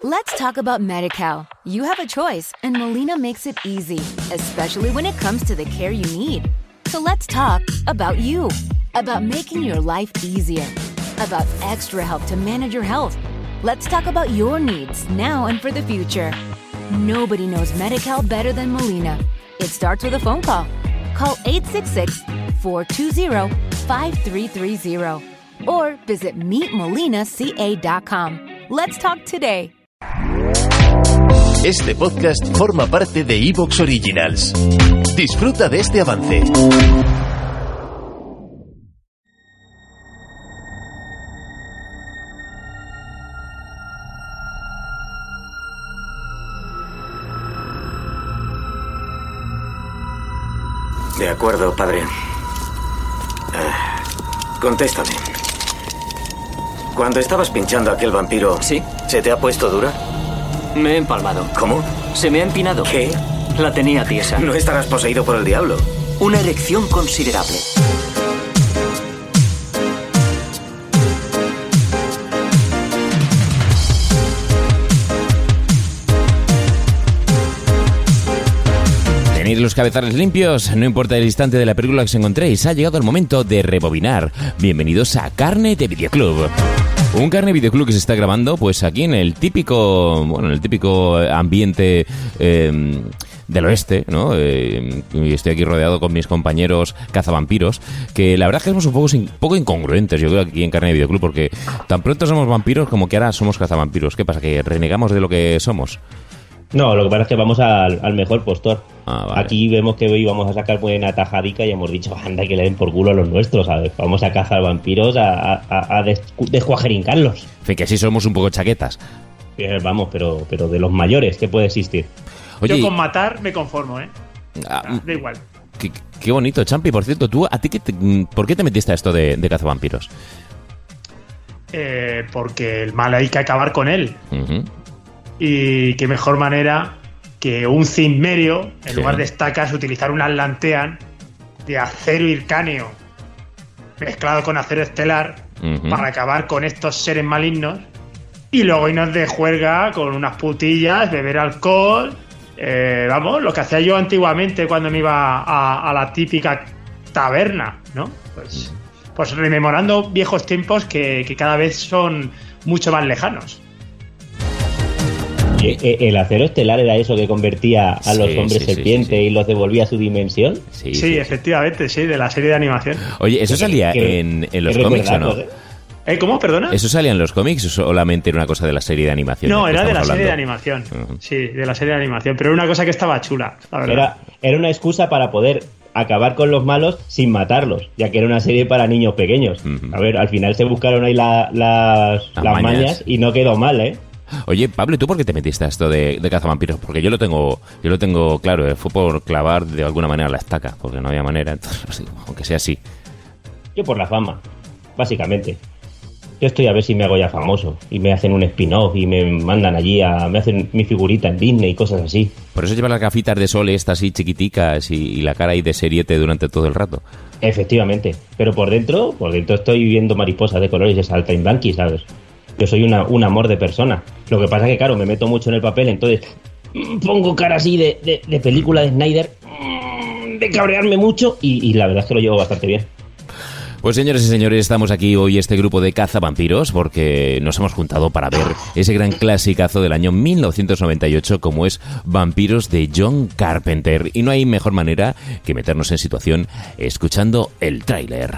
Let's talk about Medi-Cal. You have a choice, and Molina makes it easy, especially when it comes to the care you need. So let's talk about you, about making your life easier, about extra help to manage your health. Let's talk about your needs now and for the future. Nobody knows Medi-Cal better than Molina. It starts with a phone call. Call 866-420-5330 or visit meetmolinaca.com. Let's talk today. Este podcast forma parte de Evox Originals. Disfruta de este avance. De acuerdo, padre. Contéstame. Cuando estabas pinchando a aquel vampiro... ¿Sí? ¿Se te ha puesto dura? Me he empalmado. ¿Cómo? Se me ha empinado. ¿Qué? La tenía tiesa. No estarás poseído por el diablo. Una erección considerable. ¿Tenéis los cabezales limpios? No importa el instante de la película que os encontréis, ha llegado el momento de rebobinar. Bienvenidos a Carne de Videoclub. Un Carne Videoclub que se está grabando pues aquí en el típico ambiente del oeste, ¿no? Y estoy aquí rodeado con mis compañeros cazavampiros, que la verdad es que somos un poco incongruentes, yo creo, aquí en Carne de Videoclub, porque tan pronto somos vampiros como que ahora somos cazavampiros. ¿Qué pasa? ¿Que renegamos de lo que somos? No, lo que pasa es que vamos al mejor postor. Vale. Aquí vemos que íbamos a sacar buena tajadica y hemos dicho, anda, que le den por culo a los nuestros, ¿sabes? Vamos a cazar vampiros, a descuajerincarlos. En fin, que sí somos un poco chaquetas. Vamos, pero de los mayores, ¿qué puede existir? Oye, yo con matar me conformo, ¿eh? Da igual. Qué bonito, Champi. Por cierto, ¿por qué te metiste a esto de cazavampiros? Porque el mal hay que acabar con él. Uh-huh. Y qué mejor manera que un cimmerio, en lugar de estacas, utilizar un atlantean de acero hircáneo mezclado con acero estelar para acabar con estos seres malignos y luego irnos de juerga con unas putillas, beber alcohol, lo que hacía yo antiguamente cuando me iba a la típica taberna, ¿no? Pues rememorando viejos tiempos que cada vez son mucho más lejanos. ¿El acero estelar era eso que convertía a los hombres serpiente y los devolvía a su dimensión? Sí, efectivamente, sí, de la serie de animación. Oye, ¿eso salía en los cómics o no? ¿Cómo? ¿Perdona? ¿Eso salía en los cómics o solamente era una cosa de la serie de animación? No, era de la serie de animación. Sí, de la serie de animación, pero era una cosa que estaba chula, la verdad. Era una excusa para poder acabar con los malos sin matarlos, ya que era una serie para niños pequeños. A ver, al final se buscaron ahí las mañas y no quedó mal, ¿eh? Oye, Pablo, ¿y tú por qué te metiste a esto de cazavampiros? Porque yo lo tengo claro, fue por clavar de alguna manera la estaca, porque no había manera, entonces, aunque sea así. Yo por la fama, básicamente. Yo estoy a ver si me hago ya famoso y me hacen un spin-off y me mandan allí me hacen mi figurita en Disney y cosas así. Por eso llevas las gafitas de sol estas así chiquiticas y la cara ahí de seriete durante todo el rato. Efectivamente, pero por dentro estoy viendo mariposas de colores de saltainbanqui, ¿sabes? Yo soy un amor de persona. Lo que pasa es que, claro, me meto mucho en el papel, entonces pongo cara así de película de Snyder, de cabrearme mucho y la verdad es que lo llevo bastante bien. Pues señores y señores, estamos aquí hoy este grupo de cazavampiros porque nos hemos juntado para ver ese gran clasicazo del año 1998 como es Vampiros de John Carpenter. Y no hay mejor manera que meternos en situación escuchando el tráiler.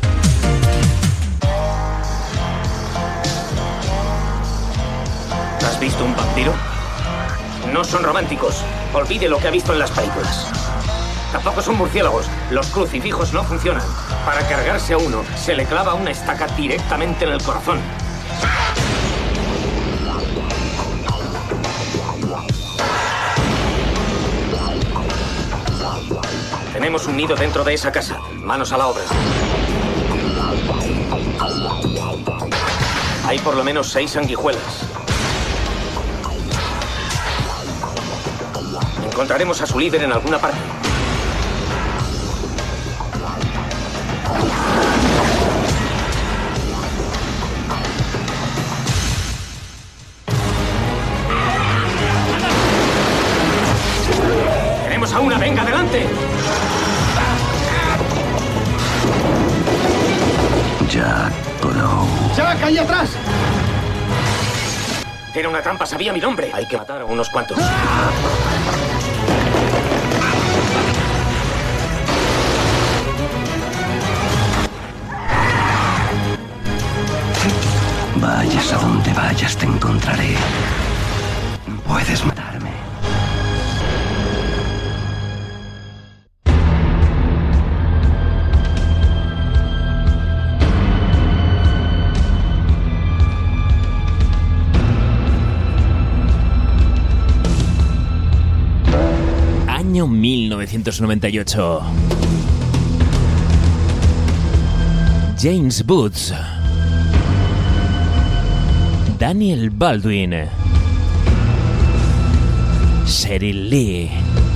¿Has visto un vampiro? No son románticos. Olvide lo que ha visto en las películas. Tampoco son murciélagos. Los crucifijos no funcionan. Para cargarse a uno, se le clava una estaca directamente en el corazón. Tenemos un nido dentro de esa casa. Manos a la obra. Hay por lo menos 6 sanguijuelas. Encontraremos a su líder en alguna parte. a una! ¡Venga, adelante! Jack Crow. ¡Jack, ahí atrás! Era una trampa, sabía mi nombre. Hay que matar a unos cuantos. Vayas a donde vayas, te encontraré. Puedes matarme. Año 1998. James Woods, Daniel Baldwin, Sheryl Lee,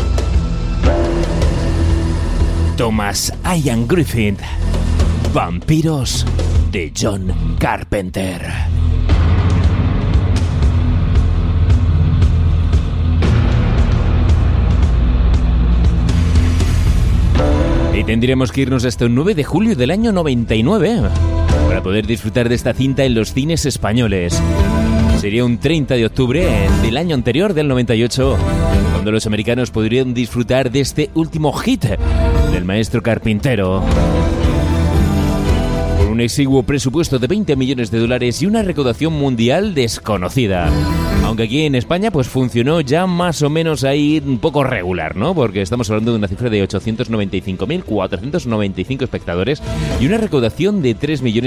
Thomas Ian Griffith. Vampiros de John Carpenter. Y tendríamos que irnos hasta el 9 de julio del año 99 para poder disfrutar de esta cinta en los cines españoles. Sería un 30 de octubre del año anterior, del 98, cuando los americanos podrían disfrutar de este último hit del maestro carpintero. Con un exiguo presupuesto de $20 millones y una recaudación mundial desconocida. Aunque aquí en España pues funcionó ya más o menos ahí un poco regular, ¿no? Porque estamos hablando de una cifra de 895.495 espectadores y una recaudación de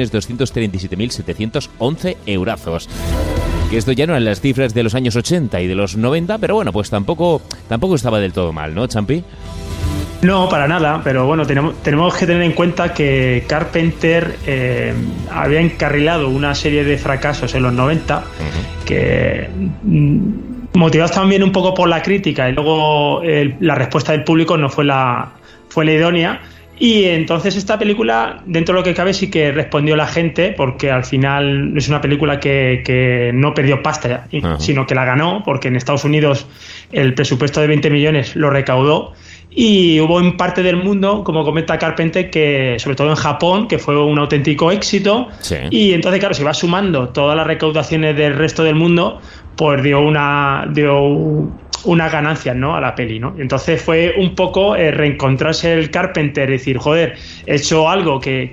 3.237.711 eurazos. Que esto ya no eran las cifras de los años 80 y de los 90, pero bueno, pues tampoco estaba del todo mal, ¿no, Champi? No, para nada, pero bueno, tenemos que tener en cuenta que Carpenter había encarrilado una serie de fracasos en los 90 que, motivados también un poco por la crítica, y luego la respuesta del público no fue la idónea. Y entonces esta película, dentro de lo que cabe, sí que respondió la gente, porque al final es una película que no perdió pasta, sino que la ganó, porque en Estados Unidos el presupuesto de 20 millones lo recaudó. Y hubo en parte del mundo, como comenta Carpenter, que sobre todo en Japón, que fue un auténtico éxito. Sí. Y entonces, claro, si vas sumando todas las recaudaciones del resto del mundo, pues dio unas ganancias, ¿no?, a la peli, ¿no? Entonces fue un poco reencontrarse el Carpenter y decir, joder, he hecho algo que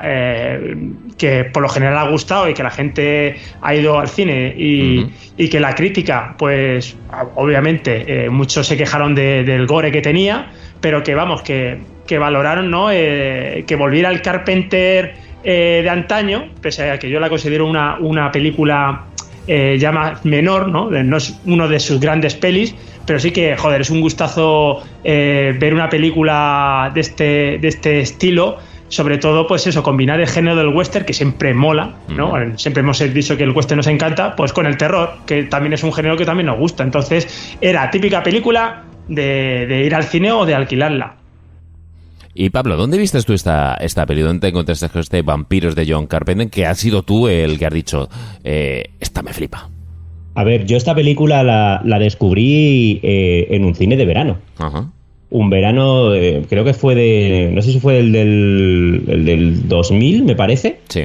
por lo general ha gustado y que la gente ha ido al cine y que la crítica, pues obviamente muchos se quejaron del gore que tenía, pero que vamos, que valoraron, ¿no?, que volviera el Carpenter de antaño, pese a que yo la considero una película ya más menor, ¿no? No es uno de sus grandes pelis, pero sí que, joder, es un gustazo ver una película de este estilo, sobre todo, pues eso, combinar el género del western, que siempre mola, ¿no? Siempre hemos dicho que el western nos encanta, pues con el terror, que también es un género que también nos gusta. Entonces, era típica película de ir al cine o de alquilarla. Y Pablo, ¿dónde viste tú esta peli? ¿Dónde te encontraste con este Vampiros de John Carpenter? Que has sido tú el que has dicho, esta me flipa. A ver, yo esta película la descubrí en un cine de verano. Ajá. Un verano, creo que fue no sé si fue el del 2000, me parece. Sí.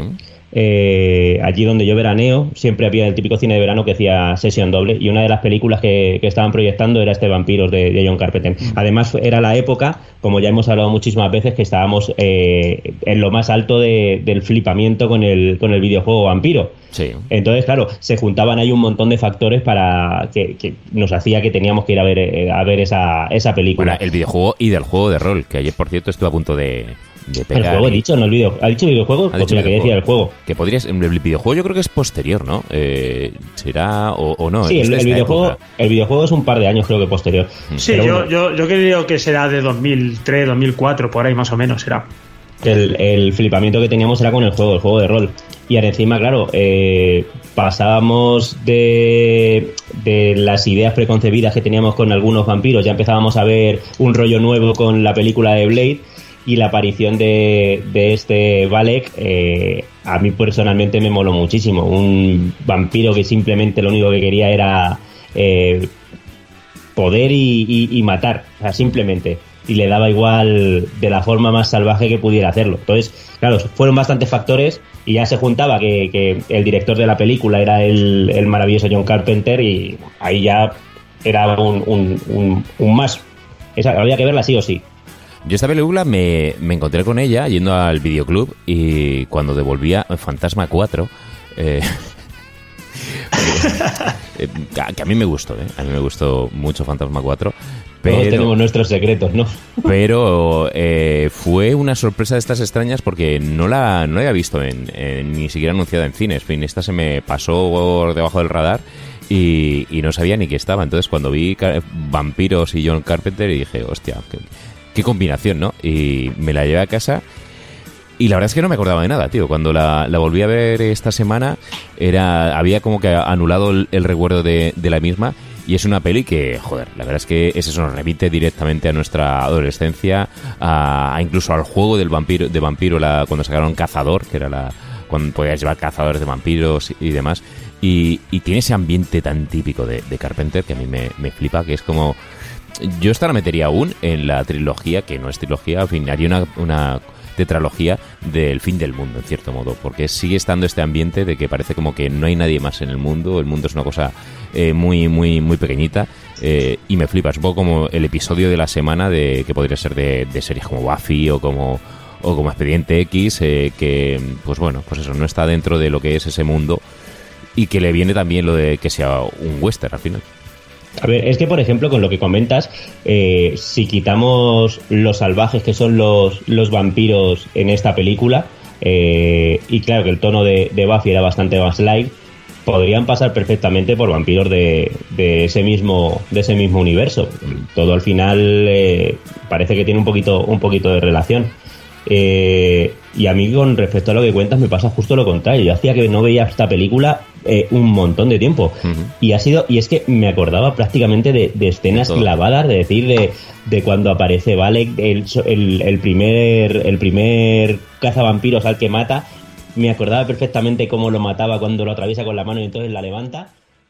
Allí donde yo veraneo, siempre había el típico cine de verano que hacía sesión doble, y una de las películas que estaban proyectando era este Vampiros de John Carpenter. Además, era la época, como ya hemos hablado muchísimas veces, que estábamos en lo más alto del flipamiento con el videojuego Vampiro. Sí. Entonces, claro, se juntaban ahí un montón de factores para que nos hacía que teníamos que ir a ver esa película. Bueno, el videojuego y del juego de rol, que ayer, por cierto, estuve a punto de pegar. El juego he dicho, no el videojuego. ¿Ha dicho videojuego? Ha dicho que decía el juego. Que podrías... El videojuego yo creo que es posterior, ¿no? ¿Será o no? Sí, el videojuego es un par de años, creo que posterior. Sí, yo creo que será de 2003, 2004, por ahí más o menos será. El flipamiento que teníamos era con el juego de rol. Y ahora encima, claro, pasábamos de las ideas preconcebidas que teníamos con algunos vampiros, ya empezábamos a ver un rollo nuevo con la película de Blade, y la aparición de este Valek a mí personalmente me moló muchísimo. Un vampiro que simplemente lo único que quería era poder y matar, o sea, simplemente. Y le daba igual de la forma más salvaje que pudiera hacerlo. Entonces, claro, fueron bastantes factores y ya se juntaba que el director de la película era el maravilloso John Carpenter y ahí ya era un más. Había que verla sí o sí. Yo esta película me encontré con ella yendo al videoclub y cuando devolvía Fantasma 4... que a mí me gustó, a mí me gustó mucho Fantasma 4, pero todos tenemos nuestros secretos, ¿no? Pero fue una sorpresa de estas extrañas porque no la había visto ni siquiera anunciada en cines. En fin, esta se me pasó por debajo del radar y no sabía ni que estaba. Entonces cuando vi vampiros y John Carpenter dije, hostia, qué combinación, ¿no? Y me la llevé a casa. Y la verdad es que no me acordaba de nada, tío. Cuando la volví a ver esta semana, había como que anulado el recuerdo de la misma. Y es una peli que, joder, la verdad es que eso nos remite directamente a nuestra adolescencia, incluso al juego de vampiro cuando sacaron Cazador, que era cuando podías llevar cazadores de vampiros y demás. Y tiene ese ambiente tan típico de Carpenter que a mí me flipa, que es como... Yo esta la metería aún en la trilogía, que no es trilogía, al fin, haría una tetralogía del fin del mundo, en cierto modo, porque sigue estando este ambiente de que parece como que no hay nadie más en el mundo es una cosa muy, muy, muy pequeñita, y me flipa, es un poco como el episodio de la semana que podría ser de series como Buffy o como Expediente X, que, pues bueno, pues eso, no está dentro de lo que es ese mundo y que le viene también lo de que sea un western al final. A ver, es que por ejemplo con lo que comentas, si quitamos los salvajes que son los vampiros en esta película, y claro que el tono de Buffy era bastante más light, podrían pasar perfectamente por vampiros de ese mismo universo. Todo al final parece que tiene un poquito de relación. Y a mí con respecto a lo que cuentas me pasa justo lo contrario. Yo hacía que no veía esta película un montón de tiempo. Uh-huh. Y es que me acordaba prácticamente de escenas clavadas, de decir de cuando aparece Valek, el primer cazavampiros al que mata. Me acordaba perfectamente cómo lo mataba cuando lo atraviesa con la mano y entonces la levanta.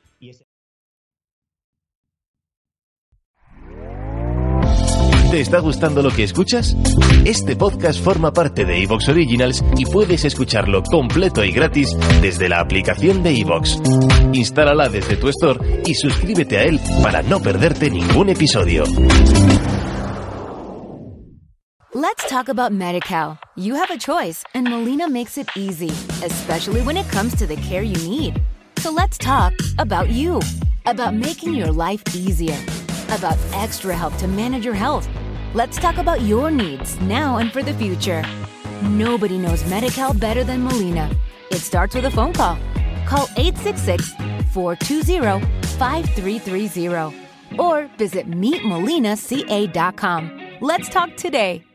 ¿Te está gustando lo que escuchas? Este podcast forma parte de iVoox Originals y puedes escucharlo completo y gratis desde la aplicación de iVoox. Instálala desde tu store y suscríbete a él para no perderte ningún episodio. Let's talk about Medi-Cal. You have a choice and Molina makes it easy, especially when it comes to the care you need. So let's talk about you, about making your life easier, about extra help to manage your health. Let's talk about your needs now and for the future. Nobody knows Medi-Cal better than Molina. It starts with a phone call. Call 866-420-5330 or visit meetmolinaca.com. Let's talk today.